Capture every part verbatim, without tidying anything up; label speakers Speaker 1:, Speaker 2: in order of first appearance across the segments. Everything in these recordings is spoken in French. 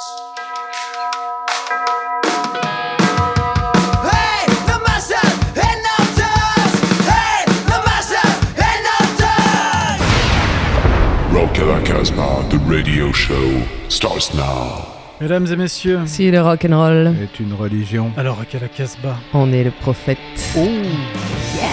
Speaker 1: The radio show starts now.
Speaker 2: Mesdames et messieurs,
Speaker 3: si le rock'n'roll
Speaker 2: est une religion, alors à la Casbah,
Speaker 3: on est le prophète.
Speaker 2: Oh
Speaker 3: yeah.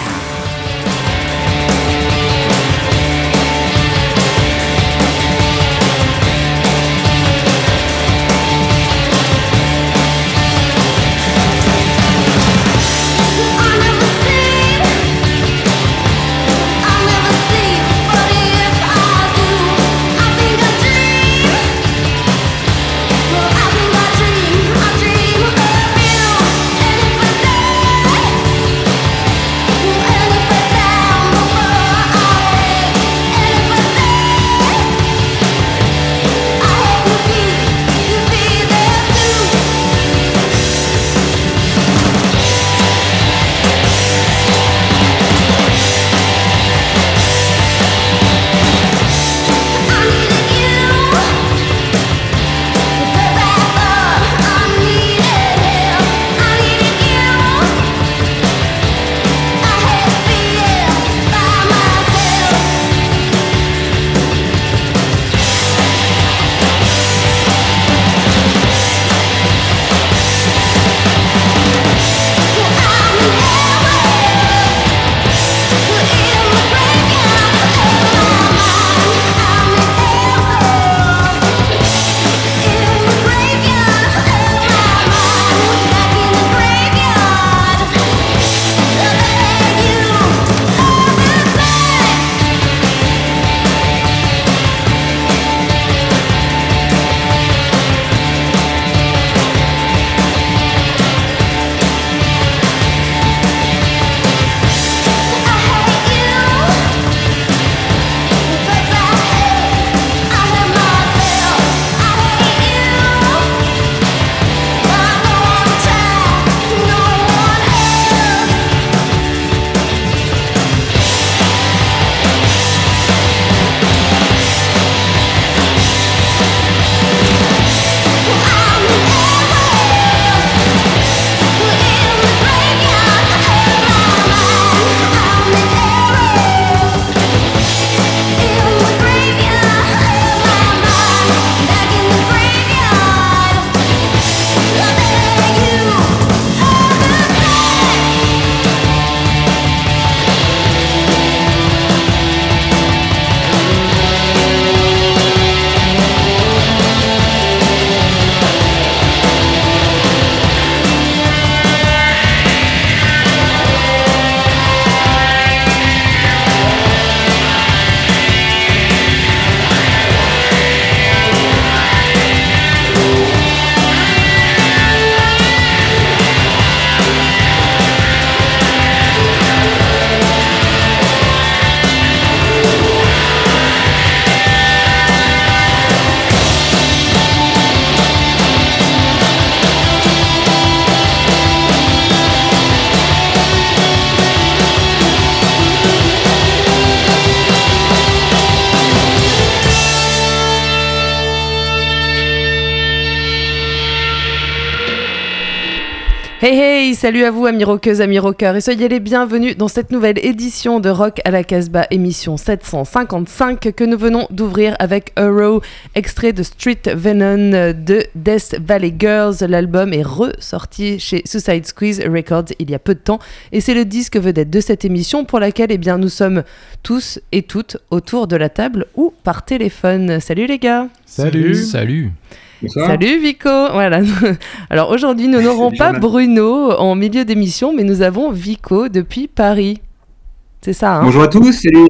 Speaker 3: Hey hey, salut à vous amis rockeuses, amis rockeurs et soyez les bienvenus dans cette nouvelle édition de Rock à la Casbah, émission sept cent cinquante-cinq que nous venons d'ouvrir avec Arrow, extrait de Street Venom de Death Valley Girls. L'album est ressorti chez Suicide Squeeze Records il y a peu de temps et c'est le disque vedette de cette émission pour laquelle eh bien, nous sommes tous et toutes autour de la table ou par téléphone. Salut les gars.
Speaker 2: Salut.
Speaker 4: Salut.
Speaker 5: Bonsoir.
Speaker 3: Salut Vico, voilà. Alors aujourd'hui nous n'aurons pas Bruno en milieu d'émission, mais nous avons Vico depuis Paris. C'est ça, hein ?
Speaker 5: Bonjour à tous, salut.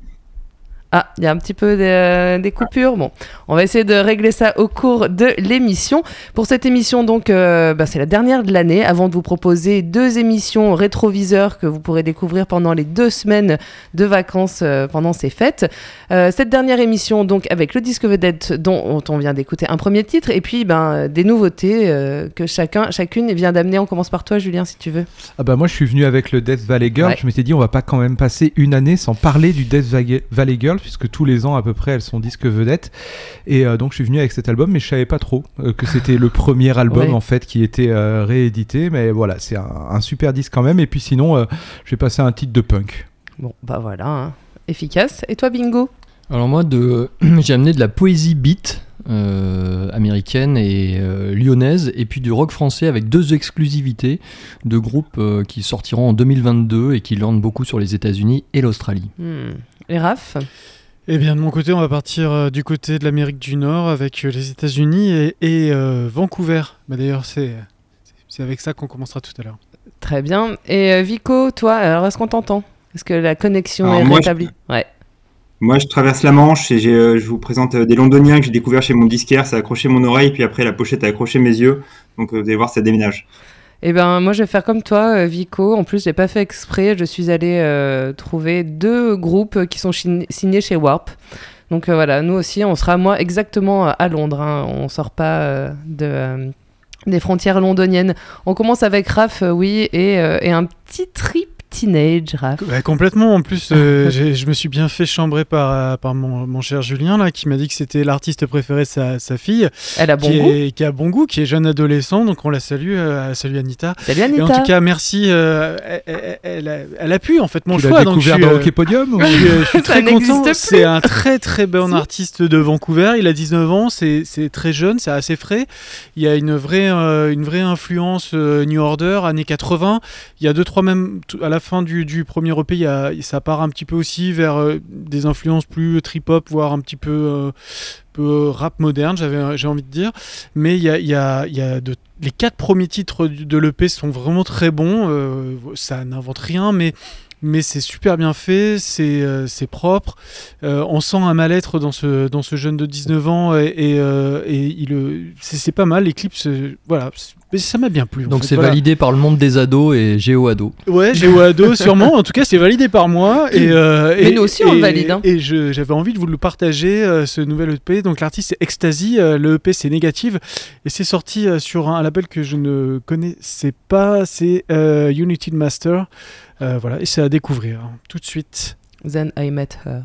Speaker 3: Ah, il y a un petit peu de, des coupures. Bon, on va essayer de régler ça au cours de l'émission. Pour cette émission, donc, euh, bah, c'est la dernière de l'année. Avant de vous proposer deux émissions rétroviseurs que vous pourrez découvrir pendant les deux semaines de vacances euh, pendant ces fêtes. Euh, cette dernière émission, donc, avec le disque vedette dont on vient d'écouter un premier titre, et puis ben, des nouveautés euh, que chacun, chacune vient d'amener. On commence par toi, Julien, si tu veux.
Speaker 4: Ah bah moi, je suis venu avec le Death Valley Girls.
Speaker 3: Ouais.
Speaker 4: Je m'étais dit, on va pas quand même passer une année sans parler du Death Valley Girls. puisque tous les ans à peu près elles sont disques vedettes. Et euh, donc je suis venu avec cet album, mais je savais pas trop euh, que c'était le premier album
Speaker 3: Ouais.
Speaker 4: en fait qui était euh, réédité. Mais voilà, c'est un, un super disque quand même. Et puis sinon, euh, je vais passer à un titre de punk.
Speaker 3: Bon, bah voilà, hein. Efficace. Et toi, Bingo?
Speaker 5: Alors moi, de... j'ai amené de la poésie beat euh, américaine et euh, lyonnaise, et puis du rock français avec deux exclusivités de groupes euh, qui sortiront en deux mille vingt-deux et qui landent beaucoup sur les États-Unis et l'Australie.
Speaker 3: Hmm. Et Raph?
Speaker 2: Eh bien, de mon côté, on va partir euh, du côté de l'Amérique du Nord avec euh, les États-Unis et, et euh, Vancouver. Bah, d'ailleurs, c'est, c'est avec ça qu'on commencera tout à l'heure.
Speaker 3: Très bien. Et euh, Vico, toi, alors est-ce qu'on t'entend? Est-ce que la connexion
Speaker 6: Alors,
Speaker 3: est
Speaker 6: moi,
Speaker 3: rétablie? Ouais.
Speaker 6: Moi, je traverse la Manche et j'ai, euh, je vous présente euh, des Londoniens que j'ai découverts chez mon disquaire. Ça a accroché mon oreille, puis après, la pochette a accroché mes yeux. Donc, euh, vous allez voir, ça déménage.
Speaker 3: Eh ben, moi, je vais faire comme toi, euh, Vico. En plus, je l'ai pas fait exprès. Je suis allée euh, trouver deux groupes qui sont chi- signés chez Warp. Donc euh, voilà, nous aussi, on sera, moi, exactement euh, à Londres. Hein. On sort pas euh, de, euh, des frontières londoniennes. On commence avec Raph, euh, oui, et, euh, et un petit trip teenage, Raph.
Speaker 2: Ouais, complètement. En plus, euh, j'ai- je me suis bien fait chambrer par, euh, par mon, mon cher Julien, là, qui m'a dit que c'était l'artiste préféré de sa, sa fille,
Speaker 3: Elle a bon
Speaker 2: qui,
Speaker 3: goût.
Speaker 2: est, qui a bon goût, qui est jeune adolescent. Donc, on la salue. Euh, salut Anita.
Speaker 3: Salut,
Speaker 2: Et
Speaker 3: Anita.
Speaker 2: en tout cas, merci. euh, elle, elle- elle a, elle a pu, en fait, mon
Speaker 4: Tu
Speaker 2: choix.
Speaker 4: l'as
Speaker 2: Donc, je
Speaker 4: découvert
Speaker 2: suis,
Speaker 4: dans
Speaker 2: euh,
Speaker 4: Hockey Podium ou...
Speaker 2: Je suis, euh, je suis
Speaker 3: Ça
Speaker 2: très
Speaker 3: n'existe
Speaker 2: content.
Speaker 3: plus.
Speaker 2: C'est un très très bon
Speaker 3: Si.
Speaker 2: artiste de Vancouver. Il a dix-neuf ans, c'est, c'est très jeune, c'est assez frais. Il y a une vraie, euh, une vraie influence euh, New Order, années quatre-vingts. Il y a deux, trois même, tout- à la fin du, du premier E P, il y a, ça part un petit peu aussi vers euh, des influences plus trip-hop, voire un petit peu, euh, peu rap moderne, j'avais, j'ai envie de dire. Mais il y a, il y a, il y a de, les quatre premiers titres du- de l'E P sont vraiment très bons. Euh, ça n'invente rien, mais mais c'est super bien fait, c'est, euh, c'est propre. Euh, on sent un mal-être dans ce, dans ce jeune de dix-neuf ans et, et, euh, et il, euh, c'est, c'est pas mal. Les clips, c'est- voilà, c'est- mais ça m'a bien plu. en
Speaker 5: Donc
Speaker 2: fait,
Speaker 5: c'est
Speaker 2: voilà.
Speaker 5: validé par le monde des ados et Géo Ado.
Speaker 2: Ouais, Géo Ado, sûrement. En tout cas, c'est validé par moi. Et, euh,
Speaker 3: Mais
Speaker 2: et-
Speaker 3: nous aussi, on
Speaker 2: et-
Speaker 3: le valide, hein.
Speaker 2: Et je- j'avais envie de vous le partager, euh, ce nouvel E P. Donc l'artiste, c'est Ecstasy. Euh, le E P, c'est Négative. Et c'est sorti euh, sur un, un label que je ne connaissais pas. C'est euh, United Master. Euh, voilà, et c'est à découvrir hein, tout de suite.
Speaker 3: Then I met her.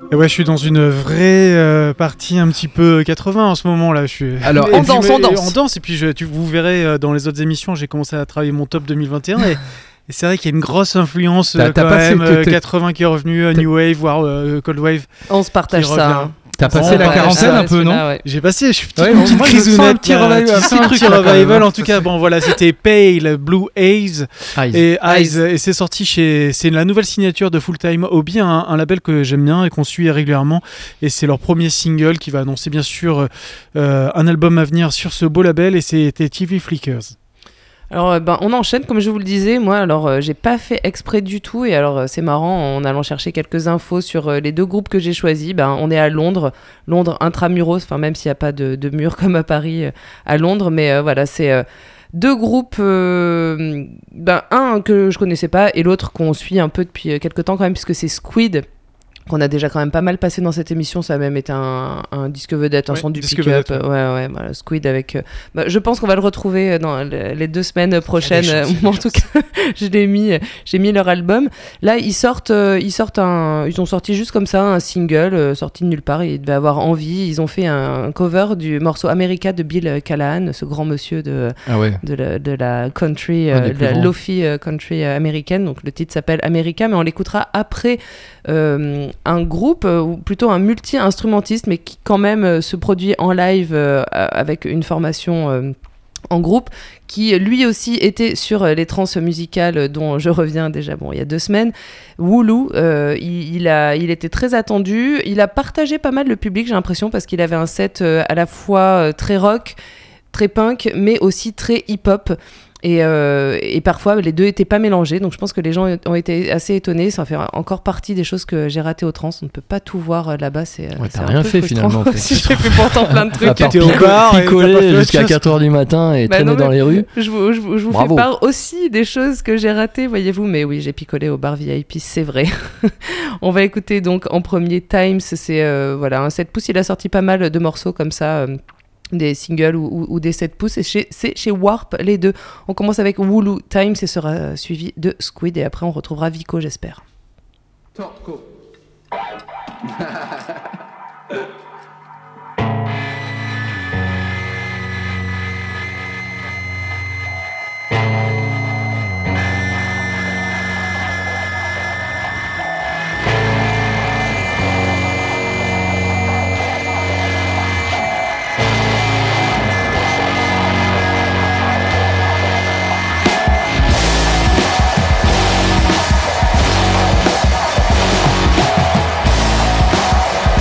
Speaker 2: Et ouais, je suis dans une vraie euh, partie un petit peu quatre-vingts en ce moment là. Je suis...
Speaker 4: Alors,
Speaker 2: et
Speaker 3: on
Speaker 2: puis,
Speaker 3: danse,
Speaker 2: mais-
Speaker 3: on danse.
Speaker 2: On danse et puis je, tu, vous verrez euh, dans les autres émissions, j'ai commencé à travailler mon top deux mille vingt et un et, et c'est vrai qu'il y a une grosse influence euh,
Speaker 4: T'as- t'as
Speaker 2: quand
Speaker 4: passé-
Speaker 2: même euh,
Speaker 4: t'es-
Speaker 2: quatre-vingts qui est revenu, euh,
Speaker 4: t'as-
Speaker 2: New Wave, voire euh, Cold Wave.
Speaker 3: On se partage
Speaker 2: Qui
Speaker 3: ça.
Speaker 2: revient.
Speaker 3: hein.
Speaker 4: T'as passé
Speaker 2: On
Speaker 4: la
Speaker 2: partage
Speaker 4: quarantaine
Speaker 2: ça,
Speaker 4: un peu, non
Speaker 3: ouais.
Speaker 2: J'ai passé, je suis petite,
Speaker 4: Ouais,
Speaker 2: une petite
Speaker 4: moi, je sens un
Speaker 2: crisounette,
Speaker 4: petit
Speaker 2: là,
Speaker 4: revival,
Speaker 2: petit-
Speaker 4: un
Speaker 2: petit
Speaker 4: truc, là, quand
Speaker 2: revival.
Speaker 4: même.
Speaker 2: En tout cas, bon voilà, c'était Pale, Blue Haze
Speaker 5: Eyes.
Speaker 2: et Eyes,
Speaker 3: Eyes.
Speaker 2: et c'est sorti chez, c'est la nouvelle signature de Full Time Hobby, un, un label que j'aime bien et qu'on suit régulièrement, et c'est leur premier single qui va annoncer bien sûr euh, un album à venir sur ce beau label, et c'était T V Flickers.
Speaker 3: Alors, euh, ben, on enchaîne, comme je vous le disais. Moi, alors, euh, j'ai pas fait exprès du tout. Et alors, euh, c'est marrant, en allant chercher quelques infos sur euh, les deux groupes que j'ai choisis. Ben, on est à Londres, Londres intramuros, enfin, même s'il n'y a pas de, de mur comme à Paris, euh, à Londres. Mais euh, voilà, c'est euh, deux groupes, euh, ben, un que je connaissais pas et l'autre qu'on suit un peu depuis euh, quelques temps quand même, puisque c'est Squid, qu'on a déjà quand même pas mal passé dans cette émission. Ça a même été un, un disque vedette, un
Speaker 2: Ouais,
Speaker 3: son du
Speaker 2: disque
Speaker 3: pick-up.
Speaker 2: vedette,
Speaker 3: Ouais, ouais, voilà, Squid avec... euh, bah, je pense qu'on va le retrouver dans le- les deux semaines prochaines.
Speaker 2: Il y a des chances, il y a
Speaker 3: Moi, en
Speaker 2: des
Speaker 3: tout cas, je l'ai mis, j'ai mis leur album. Là, ils sortent, euh, ils sortent un... Ils ont sorti juste comme ça un single, euh, sorti de nulle part. Ils devaient avoir envie. Ils ont fait un, un cover du morceau America de Bill Callahan, ce grand monsieur de,
Speaker 5: Ah ouais.
Speaker 3: de, la, de la country,
Speaker 5: Un
Speaker 3: euh,
Speaker 5: des
Speaker 3: de
Speaker 5: plus
Speaker 3: la
Speaker 5: grands.
Speaker 3: lofi euh, country euh, américaine. Donc le titre s'appelle America, mais on l'écoutera après euh, un groupe, euh, ou plutôt un multi-instrumentiste, mais qui quand même euh, se produit en live euh, avec une formation euh, en groupe, qui lui aussi était sur euh, les trans musicales dont je reviens déjà bon, il y a deux semaines. Wooloo, euh, il, il, a, il était très attendu. Il a partagé pas mal le public, j'ai l'impression, parce qu'il avait un set euh, à la fois euh, très rock, très punk, mais aussi très hip-hop. Et, euh, et parfois, les deux n'étaient pas mélangés. Donc, je pense que les gens ont été assez étonnés. Ça fait encore partie des choses que j'ai ratées au trans. On ne peut pas tout voir euh, là-bas. C'est,
Speaker 5: Ouais,
Speaker 3: c'est
Speaker 5: t'as
Speaker 3: un
Speaker 5: rien
Speaker 3: peu
Speaker 5: fait,
Speaker 3: frustrant
Speaker 5: finalement,
Speaker 3: aussi. J'ai fait pourtant plein de
Speaker 5: À
Speaker 3: trucs.
Speaker 5: part
Speaker 2: T'étais au
Speaker 5: pico-
Speaker 2: bar et t'as pas fait
Speaker 5: picoler
Speaker 2: autre
Speaker 5: jusqu'à
Speaker 2: chose.
Speaker 5: quatre heures du matin et
Speaker 3: Bah
Speaker 5: traîner
Speaker 3: non,
Speaker 5: dans
Speaker 3: mais-
Speaker 5: les rues.
Speaker 3: Je vous, je vous- je vous fais
Speaker 5: Bravo.
Speaker 3: part aussi des choses que j'ai ratées, voyez-vous. Mais oui, j'ai picolé au bar V I P, c'est vrai. On va écouter donc en premier Times. C'est euh, voilà, un sept pouces. Il a sorti pas mal de morceaux comme ça. euh, des singles ou, ou- ou des sept pouces, et chez, c'est chez Warp les deux. On commence avec Wooloo Times et sera suivi de Squid, et après on retrouvera Vico, j'espère.
Speaker 7: Thank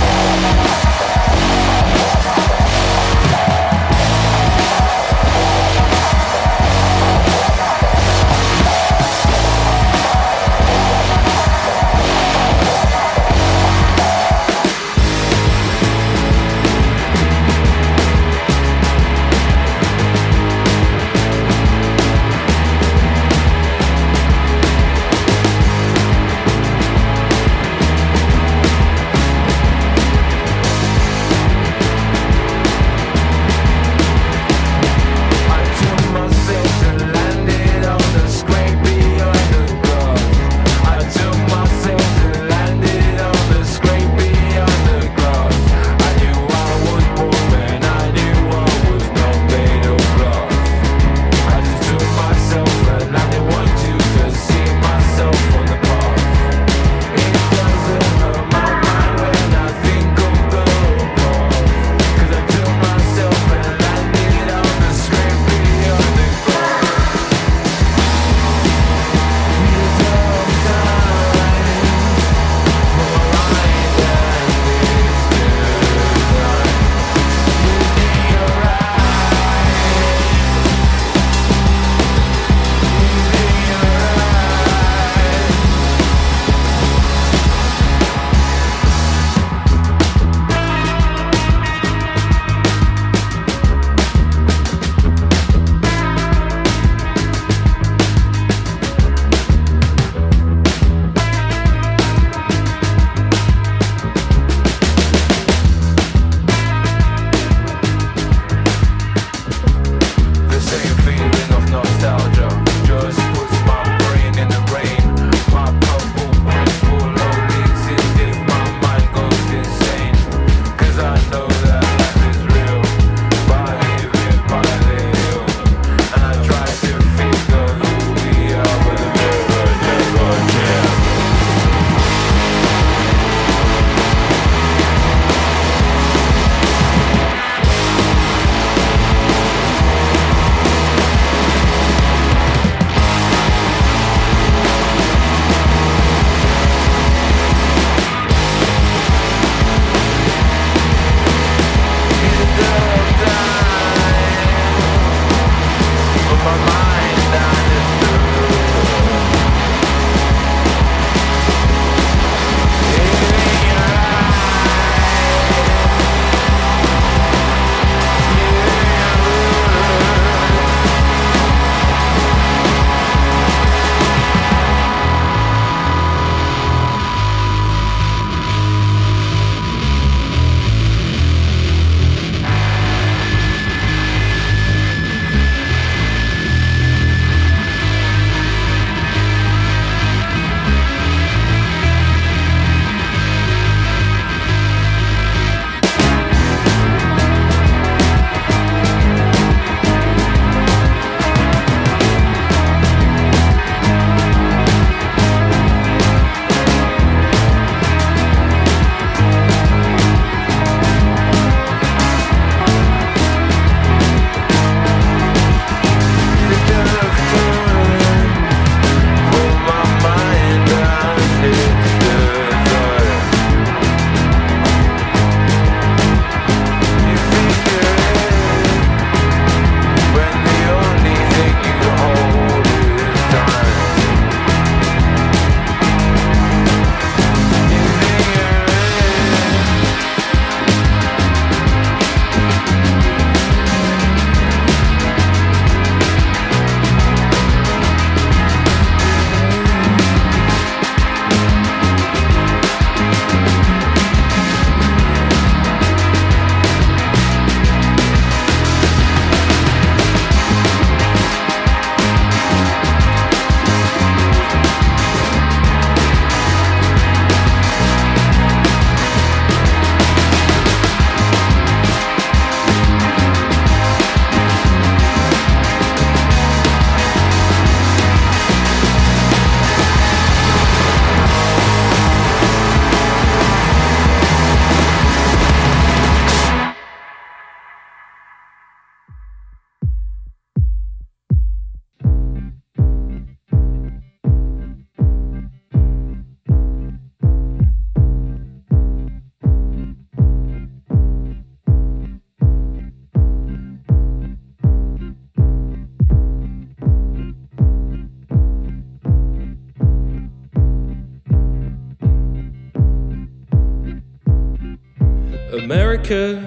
Speaker 7: America,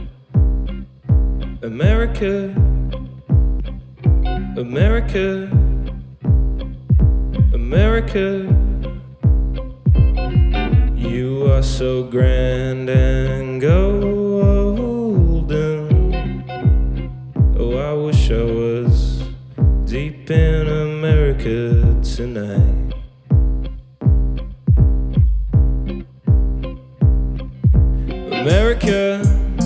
Speaker 7: America, America, America. You are so grand and golden. Oh, I wish I was deep in America tonight. America,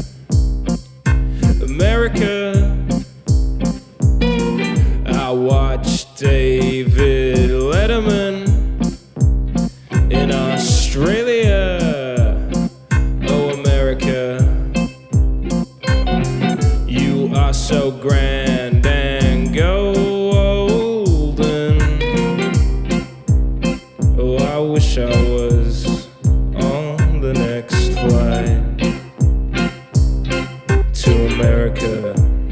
Speaker 7: America. I watched David Letterman in Australia. Oh, America, you are so grand and golden. Oh, I wish I was on the next flight to America.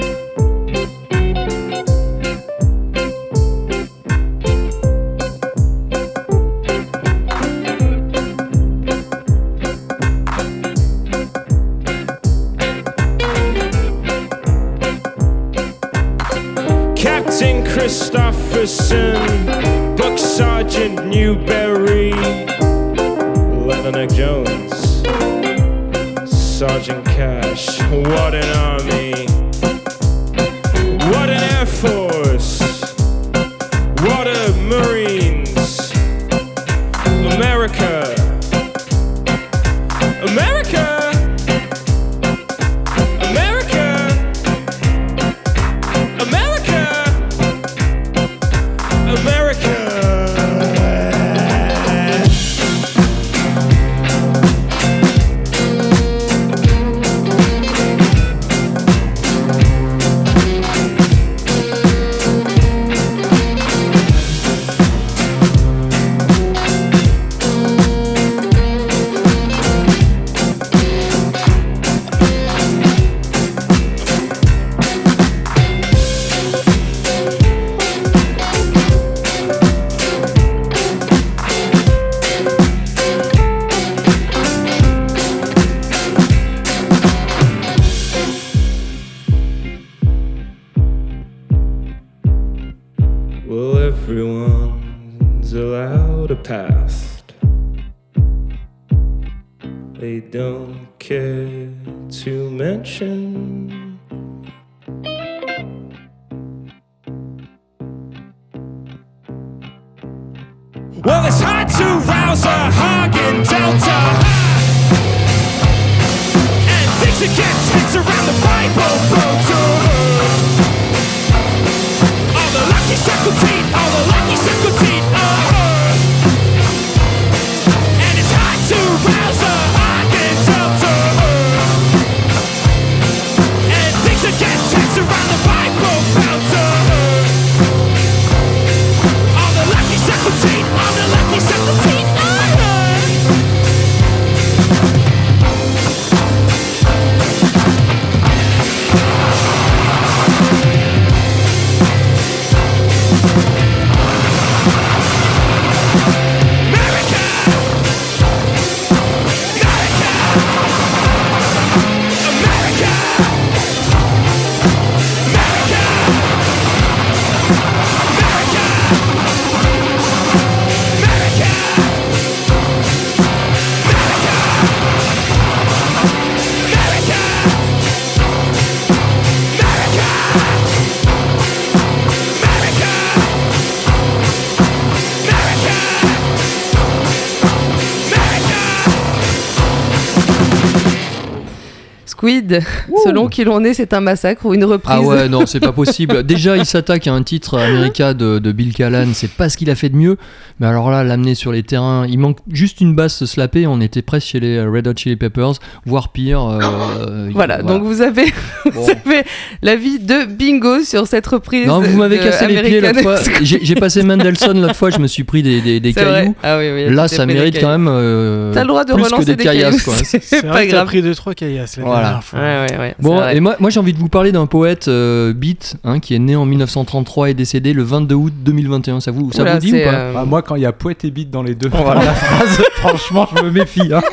Speaker 7: Captain Christopherson, Buck Sergeant Newberry, Lieutenant Jones, Sergeant Cash. What an army, what an air force, what a Marines. America, America, America, America, America. Well, everyone's allowed a past. They don't care to mention. Well, it's hard to rouse a hog in Delta, and things that get tense around the Bible Brotherhood. All the lucky circle teeth, all the lucky circle teeth, uh-huh. And it's hard to rouse a hog in Delta, and things that get tense around the Bible Brotherhood. All the lucky circle teeth, all the lucky circle teeth, uh-huh.
Speaker 3: Squid, selon qui l'on est, c'est un massacre ou une reprise.
Speaker 5: Ah ouais, non, c'est pas possible. Déjà, il s'attaque à un titre américain de, de Bill Callan, c'est pas ce qu'il a fait de mieux. Mais alors là, l'amener sur les terrains, il manque juste une basse slappée. On était presque chez les Red Hot Chili Peppers, voire pire. Euh,
Speaker 3: voilà, voilà, donc vous avez, bon. vous avez l'avis de Bingo sur cette reprise.
Speaker 5: Non, vous m'avez cassé les pieds l'autre fois. J'ai, j'ai passé Mendelssohn l'autre fois, je me suis pris des, des, des cailloux.
Speaker 3: Ah oui, oui,
Speaker 5: là, ça mérite quand même euh,
Speaker 3: T'as le droit de
Speaker 5: plus
Speaker 3: relancer
Speaker 5: que des,
Speaker 3: des
Speaker 5: caillasses. Quoi.
Speaker 2: C'est, c'est vrai que t'as pris deux trois caillasses.
Speaker 5: Voilà.
Speaker 3: Ouais, ouais, ouais,
Speaker 5: bon, et moi, moi j'ai envie de vous parler d'un poète euh, beat hein, qui est né en dix-neuf cent trente-trois et décédé le vingt-deux août deux mille vingt et un. Ça vous, ça
Speaker 3: Oula,
Speaker 5: vous dit ou pas
Speaker 4: euh... ah, moi, quand il y a poète et beat dans les deux voilà. la phrase, franchement, je me méfie. Hein.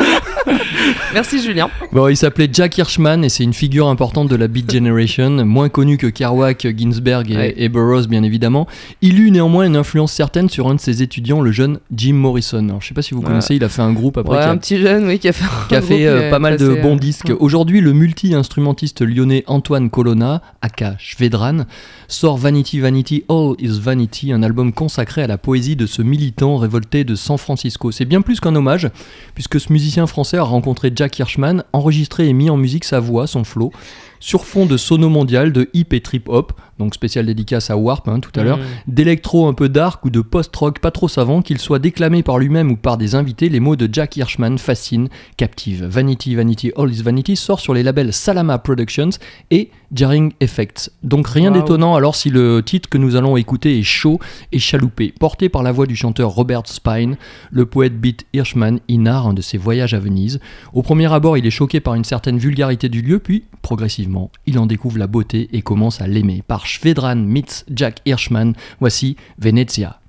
Speaker 3: Merci Julien.
Speaker 5: Bon, il s'appelait Jack Hirschman et c'est une figure importante de la Beat Generation, moins connu que Kerouac, Ginsberg et,
Speaker 3: Ouais.
Speaker 5: et Burroughs bien évidemment. Il eut néanmoins une influence certaine sur un de ses étudiants, le jeune Jim Morrison. Alors, je sais pas si vous
Speaker 3: Ouais.
Speaker 5: connaissez, il a fait un groupe après
Speaker 3: Ouais,
Speaker 5: qui a
Speaker 3: un petit jeune, oui, qui a fait, un
Speaker 5: qui a
Speaker 3: groupe,
Speaker 5: fait euh,
Speaker 3: il
Speaker 5: pas
Speaker 3: a
Speaker 5: mal de
Speaker 3: passé,
Speaker 5: bons
Speaker 3: euh,
Speaker 5: disques.
Speaker 3: ouais.
Speaker 5: Aujourd'hui, le multi-instrumentiste lyonnais Antoine Colonna, aka Shvedran, sort Vanity Vanity All is Vanity, un album consacré à la poésie de ce militant révolté de San Francisco. C'est bien plus qu'un hommage, puisque ce musicien français a rencontré Jack Hirschman, enregistré et mis en musique sa voix, son flow, sur fond de sono mondial, de hip et trip hop, donc spécial dédicace à Warp hein, tout à l'heure,
Speaker 3: Mhm.
Speaker 5: d'électro un peu dark ou de post-rock pas trop savant, qu'il soit déclamé par lui-même ou par des invités, les mots de Jack Hirschman fascinent, captivent. Vanity Vanity All is Vanity sort sur les labels Salama Productions et Jarring Effects. Donc rien
Speaker 3: Wow.
Speaker 5: d'étonnant alors si le titre que nous allons écouter est chaud et chaloupé. Porté par la voix du chanteur Robert Spine, le poète Beat Hirschman y narre un de ses voyages à Venise. Au premier abord, il est choqué par une certaine vulgarité du lieu, puis progressivement, il en découvre la beauté et commence à l'aimer. Par Shvedran meets Jack Hirschman, voici Venezia.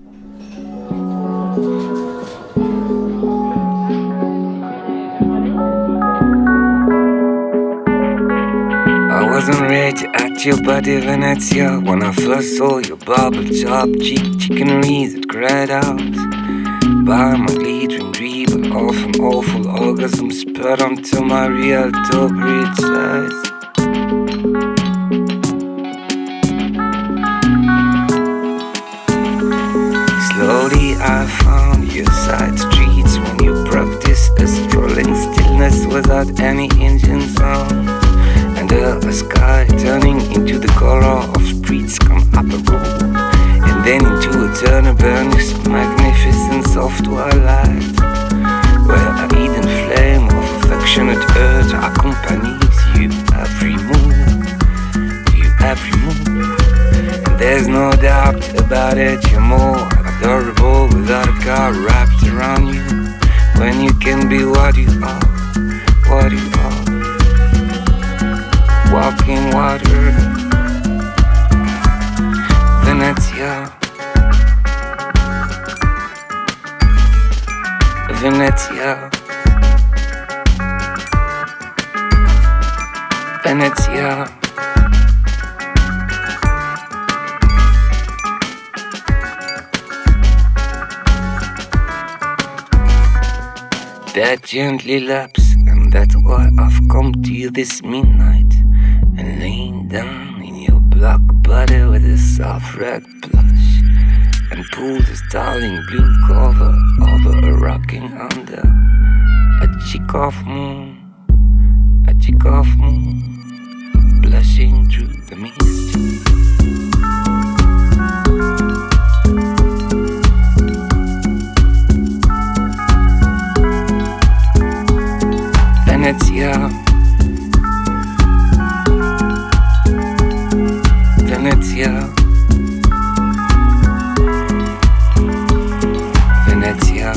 Speaker 8: I wasn't ready at your body, Venezia, when I first saw your bubble top cheek chickeneries that cried out by my glittering dribble of an awful orgasm spread onto my real top bridge eyes. Slowly I found your side streets when you practice a strolling stillness without any engine sound. Under a sky turning into the color of streets come up a road, and then into a turn burnished magnificence of twilight, where a hidden flame of affectionate earth accompanies you every move, you every move. And there's no doubt about it, you're more adorable without a car wrapped around you, when you can be what you are, what you are. Walking water, Venezia, Venezia, Venezia. That gently laps, and that's why I've come to you this midnight. And laying down in your black body with a soft red blush, and pull the starling blue cover over a rocking under a cheek of moon, a cheek of moon, blushing through the mist. Venezia, Venezia, Venezia.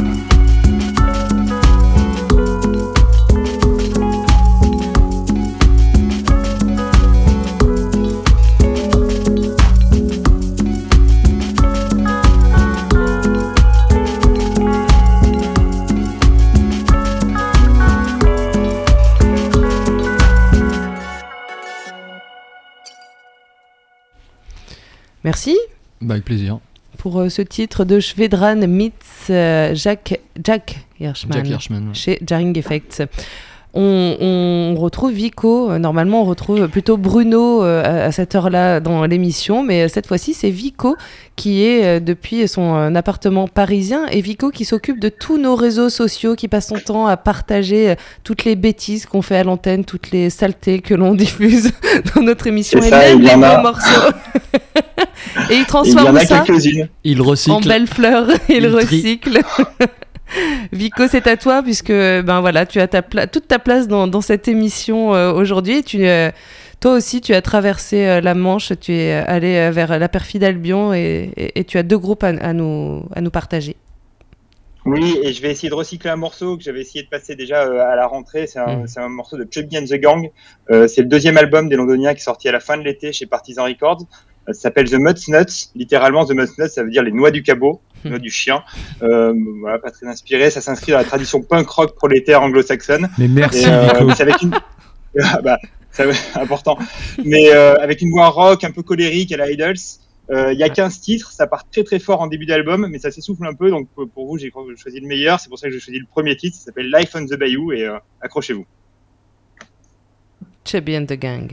Speaker 3: Merci
Speaker 5: Bah, avec plaisir.
Speaker 3: pour euh, ce titre de Shvedran meets euh, Jack, Jack Hirschman,
Speaker 5: Jack Hirschman. ouais.
Speaker 3: chez Jarring Effects. On, on retrouve Vico, euh, normalement on retrouve plutôt Bruno euh, à, à cette heure-là dans l'émission, mais euh, cette fois-ci c'est Vico qui est euh, depuis son euh, appartement parisien, et Vico qui s'occupe de tous nos réseaux sociaux, qui passe son temps à partager euh, toutes les bêtises qu'on fait à l'antenne, toutes les saletés que l'on diffuse dans notre émission,
Speaker 6: C'est
Speaker 3: et
Speaker 6: ça,
Speaker 3: même
Speaker 6: il y
Speaker 3: les
Speaker 6: en a.
Speaker 3: beaux morceaux. Et il
Speaker 6: Il y
Speaker 3: transforme
Speaker 6: en a
Speaker 3: ça
Speaker 6: quelques-unes.
Speaker 5: Il
Speaker 3: en
Speaker 5: recycle.
Speaker 3: belles fleurs, il,
Speaker 5: Il tri.
Speaker 3: recycle. Vico, c'est à toi, puisque ben voilà, tu as ta pla- toute ta place dans, dans cette émission euh, aujourd'hui. Et tu, euh, toi aussi, tu as traversé euh, la Manche, tu es allé euh, vers la perfide Albion, et, et- et tu as deux groupes à, à nous, à nous partager.
Speaker 6: Oui, et je vais essayer de recycler un morceau que j'avais essayé de passer déjà euh, à la rentrée. C'est un,
Speaker 3: Mm.
Speaker 6: c'est un morceau de Chubby and the Gang. Euh, c'est le deuxième album des Londoniens qui est sorti à la fin de l'été chez Partisan Records. Euh, ça s'appelle The Mutts Nuts. Littéralement, The Mutts Nuts, ça veut dire les noix du cabot. Noix du chien. Euh, voilà, pas très inspiré. Ça s'inscrit dans la tradition punk rock prolétaire anglo-saxonne.
Speaker 4: Mais merci,
Speaker 6: Et, euh,
Speaker 4: Nico.
Speaker 6: mais c'est avec une. Ah, bah, c'est important. Mais euh, avec une voix rock un peu colérique à la Idols. Il euh, y a quinze titres, ça part très très fort en début d'album, mais ça s'essouffle un peu. Donc pour vous, j'ai choisi le meilleur. C'est pour ça que j'ai choisi le premier titre. Ça s'appelle Life on the Bayou et euh, accrochez-vous.
Speaker 3: Chubby and the Gang.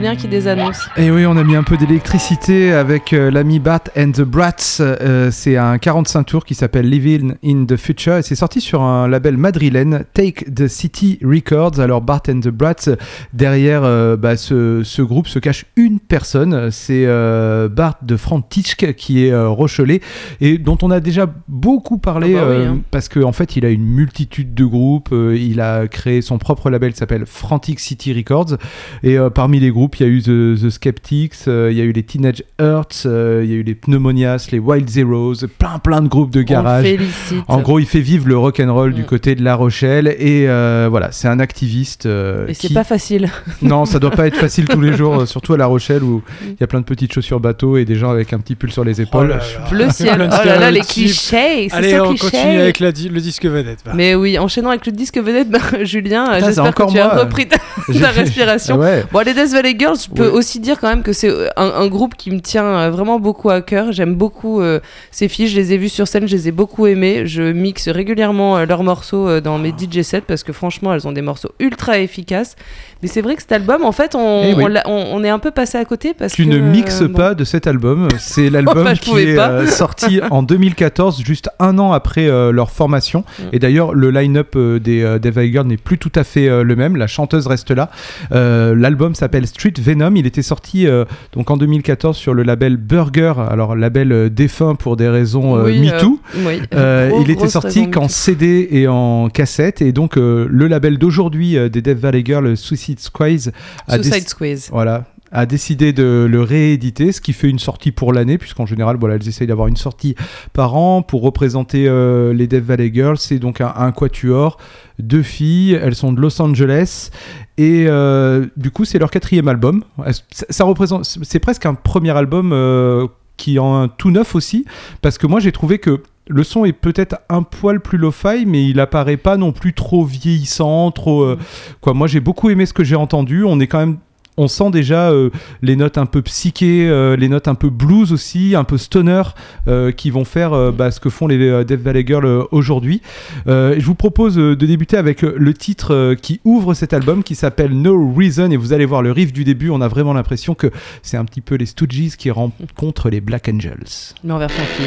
Speaker 3: Julien qui désannonce.
Speaker 4: Et oui, on a mis un peu d'électricité avec euh, l'ami Bart and the Brats. Euh, c'est un quarante-cinq tours qui s'appelle Living in the Future et c'est sorti sur un label madrilène, Take the City Records. Alors Bart and the Brats, derrière euh, bah, ce, ce groupe se cache une personne, c'est euh, Bart de Františk qui est euh, Rochelais et dont on a déjà beaucoup parlé
Speaker 3: ah bah oui,
Speaker 4: euh,
Speaker 3: hein.
Speaker 4: parce qu'en en fait il a une multitude de groupes, euh, il a créé son propre label qui s'appelle Frantic City Records et euh, parmi les groupes il y a eu The, the Skeptics, euh, il y a eu les Teenage Hearts, euh, il y a eu les Pneumonias, les Wild Zeros, plein plein de groupes de garage.
Speaker 3: On le félicite.
Speaker 4: En gros il fait vivre le rock'n'roll mm. du côté de La Rochelle et euh, voilà c'est un activiste euh,
Speaker 3: et
Speaker 4: qui...
Speaker 3: c'est pas facile.
Speaker 4: Non ça doit pas être facile tous les jours, surtout à La Rochelle où il y a plein de petites chaussures bateau et des gens avec un petit pull sur les épaules.
Speaker 2: Oh là là.
Speaker 3: Le ciel, oh là là les clichés, c'est
Speaker 2: Allez
Speaker 3: ça
Speaker 2: on
Speaker 3: cliché.
Speaker 2: continue avec la, le disque vedette. Bah.
Speaker 3: Mais oui, enchaînant avec le disque vedette, bah, Julien,
Speaker 4: Putain,
Speaker 3: j'espère que tu
Speaker 4: moi.
Speaker 3: as repris ta, ta respiration.
Speaker 4: Ouais.
Speaker 3: Bon, les Death Valley Girls, je peux
Speaker 4: Ouais.
Speaker 3: aussi dire quand même que c'est un, un groupe qui me tient euh, vraiment beaucoup à cœur. J'aime beaucoup euh, ces filles, je les ai vues sur scène, je les ai beaucoup aimées. Je mixe régulièrement euh, leurs morceaux euh, dans mes D J sets parce que franchement, elles ont des morceaux ultra efficaces. Mais c'est vrai que cet album, en fait, on,
Speaker 4: Eh oui.
Speaker 3: on, l'a- on- on est un peu passé à côté parce
Speaker 4: Tu
Speaker 3: que...
Speaker 4: ne mixes
Speaker 3: euh, bon.
Speaker 4: pas de cet album. C'est l'album
Speaker 3: Bah, je
Speaker 4: qui
Speaker 3: pouvais
Speaker 4: est
Speaker 3: pas.
Speaker 4: euh, sorti en deux mille quatorze, juste un an après euh, leur formation.
Speaker 3: Mm.
Speaker 4: Et d'ailleurs, le line-up euh, des euh, Death Valley Girls n'est plus tout à fait euh, le même. La chanteuse reste là. Euh, l'album s'appelle Street Venom. Il était sorti euh, donc en deux mille quatorze sur le label Burger. Alors, label euh, défunt pour des raisons euh,
Speaker 3: Oui,
Speaker 4: MeToo.
Speaker 3: euh, oui.
Speaker 4: Euh,
Speaker 3: Gros-
Speaker 4: il était
Speaker 3: grosse
Speaker 4: sorti
Speaker 3: raison
Speaker 4: qu'en
Speaker 3: MeToo.
Speaker 4: C D et en cassette. Et donc, euh, le label d'aujourd'hui euh, des Death Valley Girls, Suicide Squeeze, a
Speaker 3: Suicide
Speaker 4: déc-
Speaker 3: Squeeze.
Speaker 4: voilà, a décidé de le rééditer, ce qui fait une sortie pour l'année, puisqu'en général, voilà, elles essayent d'avoir une sortie par an pour représenter euh, les Death Valley Girls. C'est donc un, un quatuor, deux filles, elles sont de Los Angeles, et euh, du coup, c'est leur quatrième album. Ça, ça représente, c'est presque un premier album euh, qui est en tout neuf aussi, parce que moi, j'ai trouvé que le son est peut-être un poil plus lo-fi, mais il apparaît pas non plus trop vieillissant, trop euh, quoi. Moi, j'ai beaucoup aimé ce que j'ai entendu. On est quand même, on sent déjà euh, les notes un peu psyché, euh, les notes un peu blues aussi, un peu stoner, euh, qui vont faire euh, bah, ce que font les euh, Death Valley Girls euh, aujourd'hui. Euh, je vous propose euh, de débuter avec euh, le titre euh, qui ouvre cet album, qui s'appelle No Reason, et vous allez voir le riff du début. On a vraiment l'impression que c'est un petit peu les Stooges qui rencontrent les Black Angels.
Speaker 3: Mais en version fille.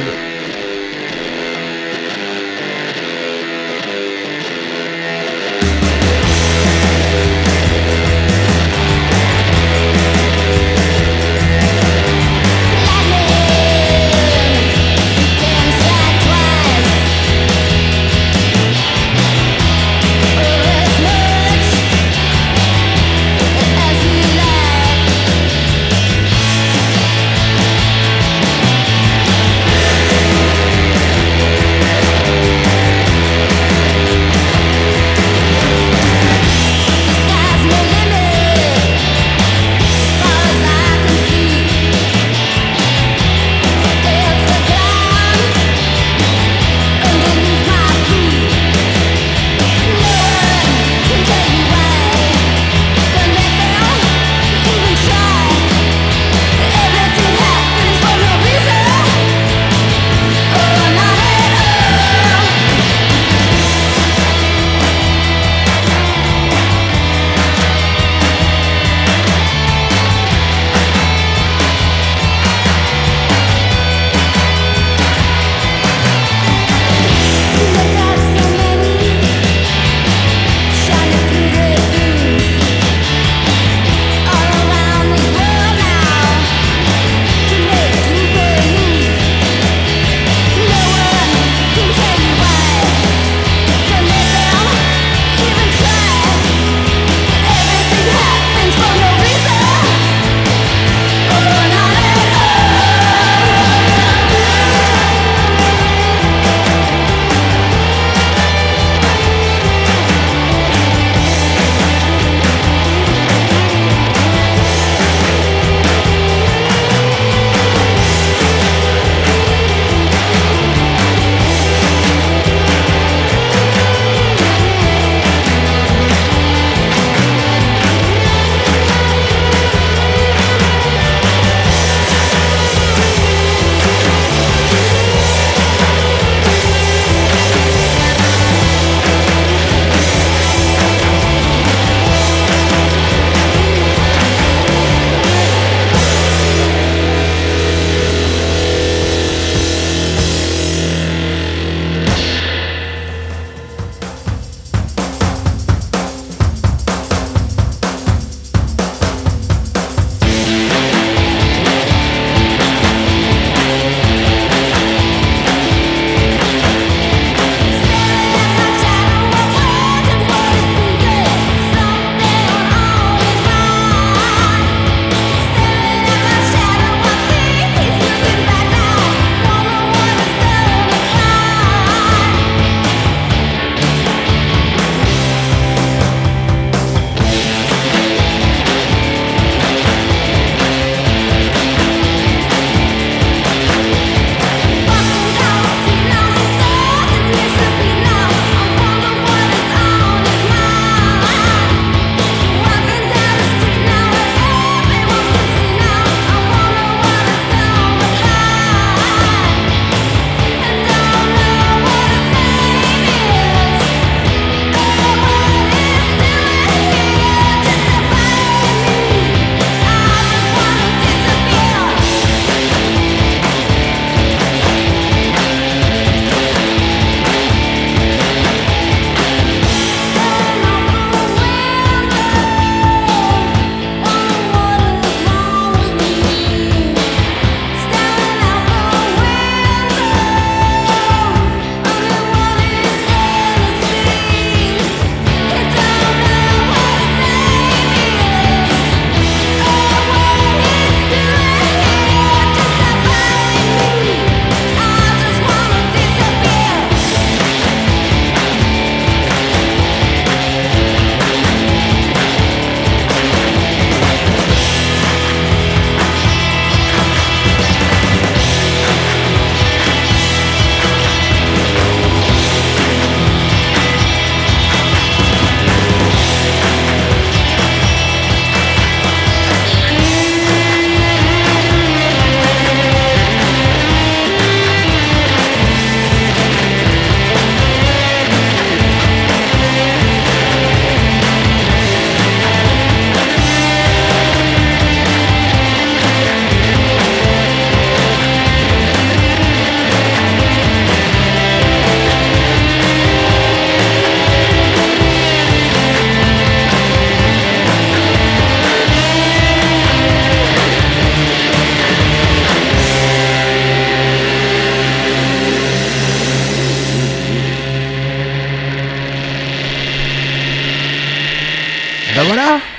Speaker 9: As we like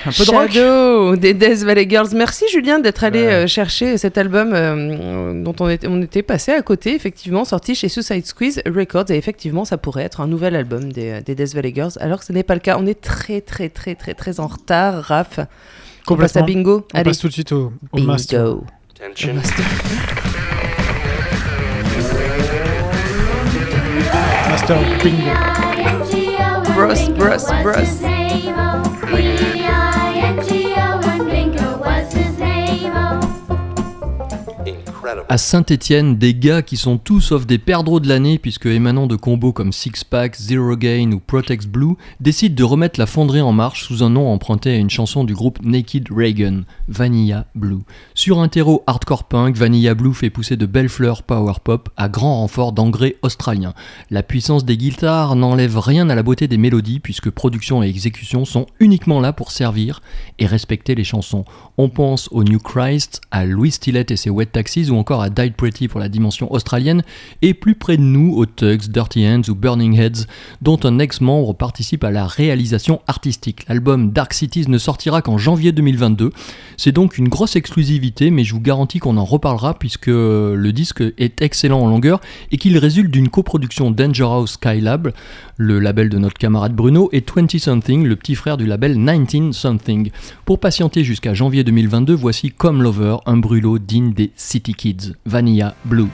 Speaker 4: Un peu de rock.
Speaker 3: Shadow des Death Valley Girls. Merci Julien d'être allé
Speaker 4: Ouais.
Speaker 3: euh, chercher cet album euh, dont on était, on était passé à côté, effectivement, sorti chez Suicide Squeeze Records. Et effectivement, ça pourrait être un nouvel album des, des Death Valley Girls, alors que ce n'est pas le cas. On est très, très, très, très, très en retard, Raph. On passe à
Speaker 2: Complètement.
Speaker 3: bingo.
Speaker 2: On
Speaker 3: Allez,
Speaker 2: passe tout de suite au, au
Speaker 3: bingo.
Speaker 2: master.
Speaker 3: Au master.
Speaker 2: Master bingo.
Speaker 3: Bros, bros, bros.
Speaker 5: À Saint-Étienne, des gars qui sont tous sauf des perdreaux de l'année, puisque émanant de combos comme Six Pack, Zero Gain ou Protex Blue, décident de remettre la fonderie en marche sous un nom emprunté à une chanson du groupe Naked Reagan, Vanilla Blue. Sur un terreau hardcore punk, Vanilla Blue fait pousser de belles fleurs power pop à grand renfort d'engrais australien. La puissance des guitares n'enlève rien à la beauté des mélodies, puisque production et exécution sont uniquement là pour servir et respecter les chansons. On pense au New Christ, à Louis Stillett et ses Wet Taxis, ou encore à Died Pretty pour la dimension australienne, et plus près de nous aux Tugs, Dirty Hands ou Burning Heads, dont un ex-membre participe à la réalisation artistique. L'album Dark Cities ne sortira qu'en janvier deux mille vingt-deux. C'est donc une grosse exclusivité, mais je vous garantis qu'on en reparlera puisque le disque est excellent en longueur et qu'il résulte d'une coproduction Danger House Skylab, le label de notre camarade Bruno, et vingt Something, le petit frère du label dix-neuf Something. Pour patienter jusqu'à janvier deux mille vingt-deux, voici Come Lover, un brûlot digne des City Kids, Vanilla Blue.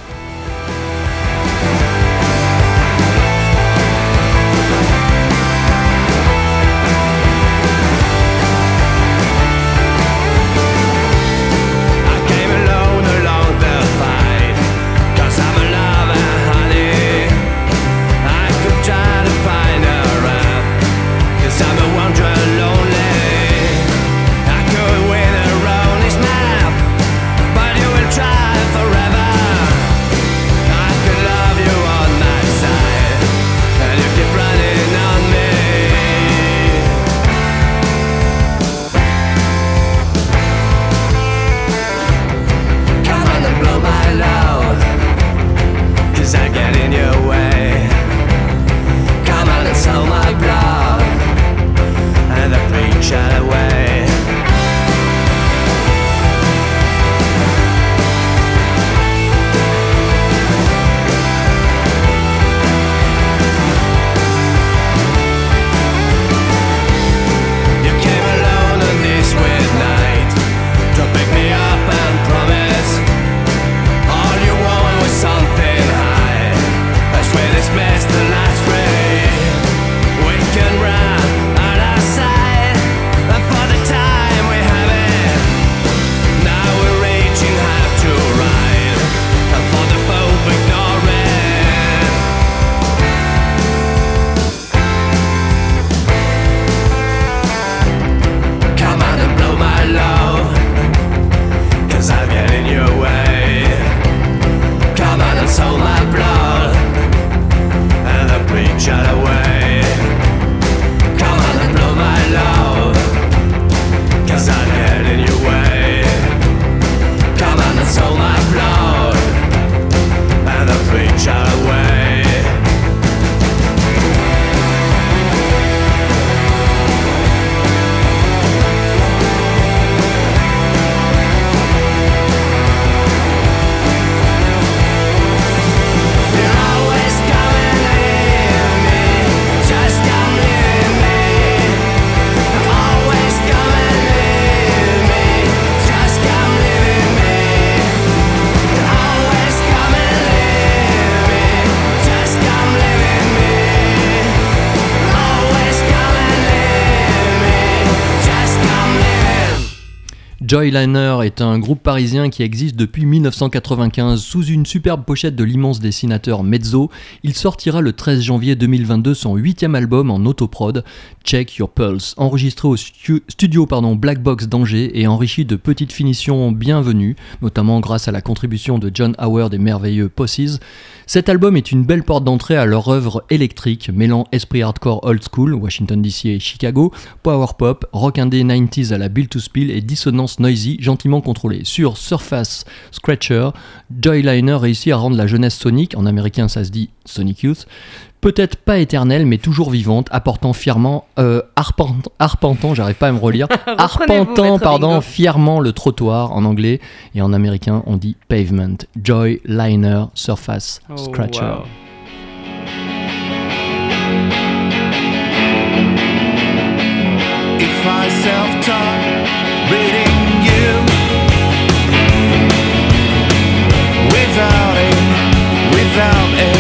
Speaker 5: Joyliner est un groupe parisien qui existe depuis mille neuf cent quatre-vingt-quinze sous une superbe pochette de l'immense dessinateur Mezzo. Il sortira le treize janvier deux mille vingt-deux son huitième album en autoprod, Check Your Pulse, enregistré au stu- studio pardon, Black Box d'Angers et enrichi de petites finitions bienvenues, notamment grâce à la contribution de John Howard des merveilleux Posses. Cet album est une belle porte d'entrée à leur œuvre électrique, mêlant esprit hardcore old school, Washington D C et Chicago, power pop, rock indé quatre-vingt-dix à la Built to Spill et dissonance ambiance noisy, gentiment contrôlée. Sur Surface Scratcher, Joyliner réussit à rendre la jeunesse Sonic, en américain ça se dit Sonic Youth, peut-être pas éternelle, mais toujours vivante, apportant fièrement, euh, arpent, arpentant, j'arrive pas à me relire, arpentant, pardon, Bingo. fièrement le trottoir en anglais, et en américain on dit pavement. Joyliner Surface
Speaker 3: Oh,
Speaker 5: Scratcher.
Speaker 3: wow.
Speaker 9: If I self-taught reading you without a, without a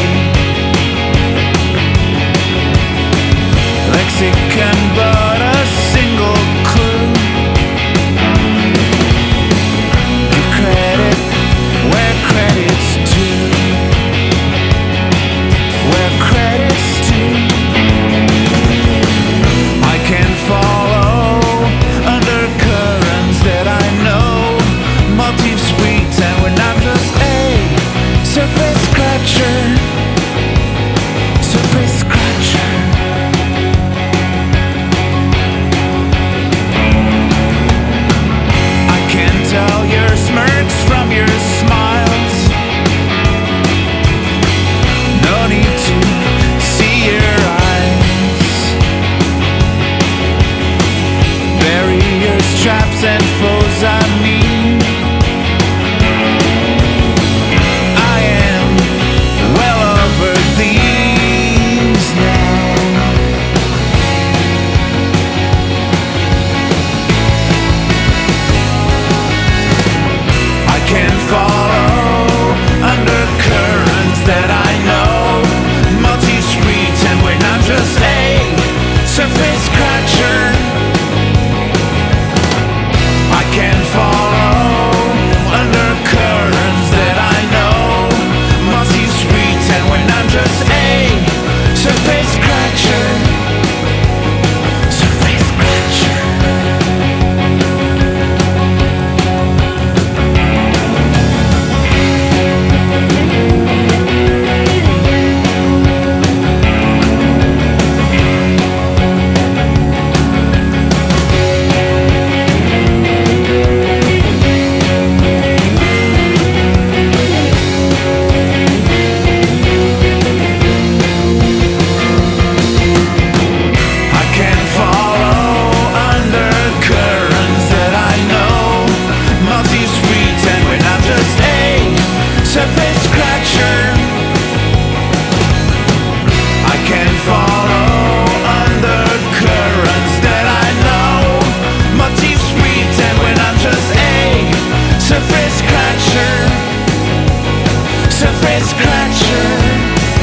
Speaker 9: lexicon but a single clue, give credit where credit's due, where credit's due. I can follow undercurrents that I know, motifs sweet, and when I'm just a surface scratcher, surface scratcher. I can tell your smirks from your smiles, no need to see your eyes. Barriers, traps, and foes I mean, I am well over these now. I can follow undercurrents that I know, multi-streets, and when I'm just a surface scratcher, I can follow undercurrents that I know, multi-streets, and when I'm just a surface scratcher, surface scratcher. I can follow undercurrents that I know, multi-streets, and when I'm just a surface scratcher, I can follow undercurrents that I know, multi-streets, and when I'm just a surface scratcher, surface scratcher.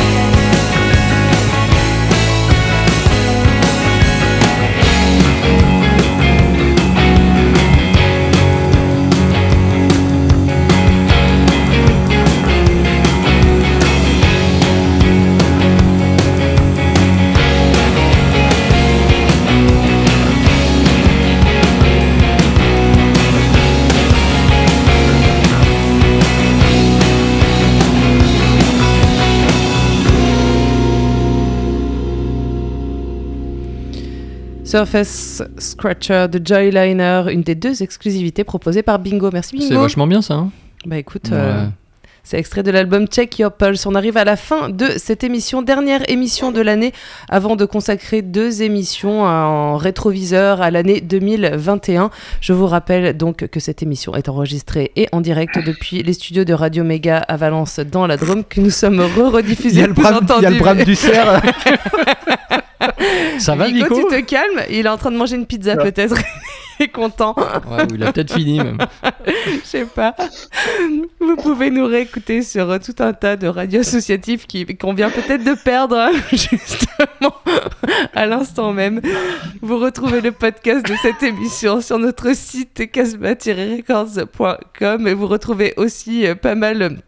Speaker 3: Surface Scratcher de Joyliner, une des deux exclusivités proposées par Bingo. Merci Bingo.
Speaker 5: C'est vachement bien ça. Hein.
Speaker 3: Bah écoute,
Speaker 5: Ouais.
Speaker 3: euh, c'est extrait de l'album Check Your Pulse. On arrive à la fin de cette émission, dernière émission de l'année, avant de consacrer deux émissions en rétroviseur à l'année deux mille vingt et un. Je vous rappelle donc que cette émission est enregistrée et en direct depuis les studios de Radio Méga à Valence dans la Drôme, que nous sommes re-rediffusés.
Speaker 4: Il y a le brame, il y a le brame du cerf.
Speaker 5: Ça va,
Speaker 3: Nico,
Speaker 5: Nico
Speaker 3: tu te calmes. Il est en train de manger une pizza,
Speaker 6: Ouais.
Speaker 3: peut-être. Il est content.
Speaker 5: Ouais, ou il a peut-être fini même.
Speaker 3: Je sais pas. Vous pouvez nous réécouter sur euh, tout un tas de radios associatives qui, qu'on vient peut-être de perdre, justement, à l'instant même. Vous retrouvez le podcast de cette émission sur notre site casbah tiret records point com et vous retrouvez aussi euh, pas mal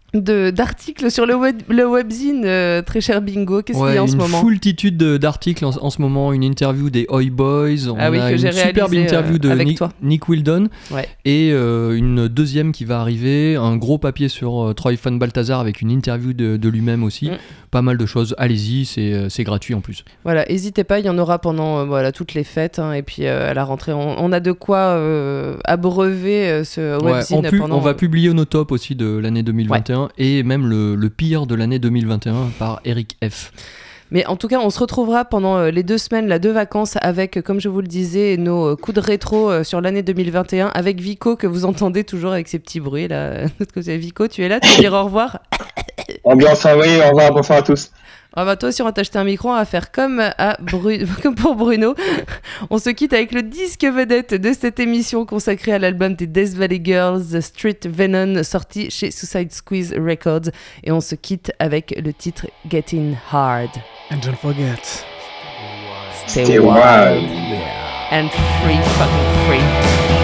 Speaker 3: de, d'articles sur le, web, le webzine, euh, très cher Bingo. Qu'est-ce
Speaker 5: ouais,
Speaker 3: qu'il y a en ce
Speaker 5: une
Speaker 3: moment?
Speaker 5: foultitude de- d'articles en, en ce moment. Une interview des Oi Boys. On
Speaker 3: Ah oui,
Speaker 5: a
Speaker 3: que
Speaker 5: une
Speaker 3: j'ai
Speaker 5: superbe
Speaker 3: réalisé,
Speaker 5: interview
Speaker 3: euh,
Speaker 5: de
Speaker 3: avec
Speaker 5: Nick,
Speaker 3: toi.
Speaker 5: Nick Wildon.
Speaker 3: Ouais.
Speaker 5: Et euh, une deuxième qui va arriver. Un gros papier sur euh, Troy Van Balthazar avec une interview de, de lui-même aussi.
Speaker 3: Mm.
Speaker 5: Pas mal de choses. Allez-y, c'est, euh, c'est gratuit en plus.
Speaker 3: Voilà, n'hésitez pas, il y en aura pendant euh, voilà, toutes les fêtes. Hein, et puis euh, à la rentrée, on, on a de quoi euh, abreuver euh, ce
Speaker 5: Ouais,
Speaker 3: webzine
Speaker 5: en pu-
Speaker 3: pendant...
Speaker 5: On va publier nos tops aussi de l'année deux mille vingt et un et même le, le pire de l'année deux mille vingt et un par Eric F.
Speaker 3: Mais en tout cas, on se retrouvera pendant euh, les deux semaines, là, deux vacances, avec, comme je vous le disais, nos euh, coups de rétro euh, sur l'année deux mille vingt et un, avec Vico, que vous entendez toujours avec ses petits bruits, là. Vico, tu es là, tu veux dire au revoir?
Speaker 6: Ambiance envoyée, au revoir, bonsoir à tous.
Speaker 3: Ah bah toi aussi on va t'acheter un micro, on va faire comme, à Bru- comme pour Bruno. On se quitte avec le disque vedette de cette émission consacrée à l'album des Death Valley Girls, The Street Venom, sorti chez Suicide Squeeze Records. Et on se quitte avec le titre Getting Hard.
Speaker 2: And don't forget.
Speaker 3: Stay
Speaker 6: Stay
Speaker 3: wild
Speaker 6: wild.
Speaker 3: and free, fucking free.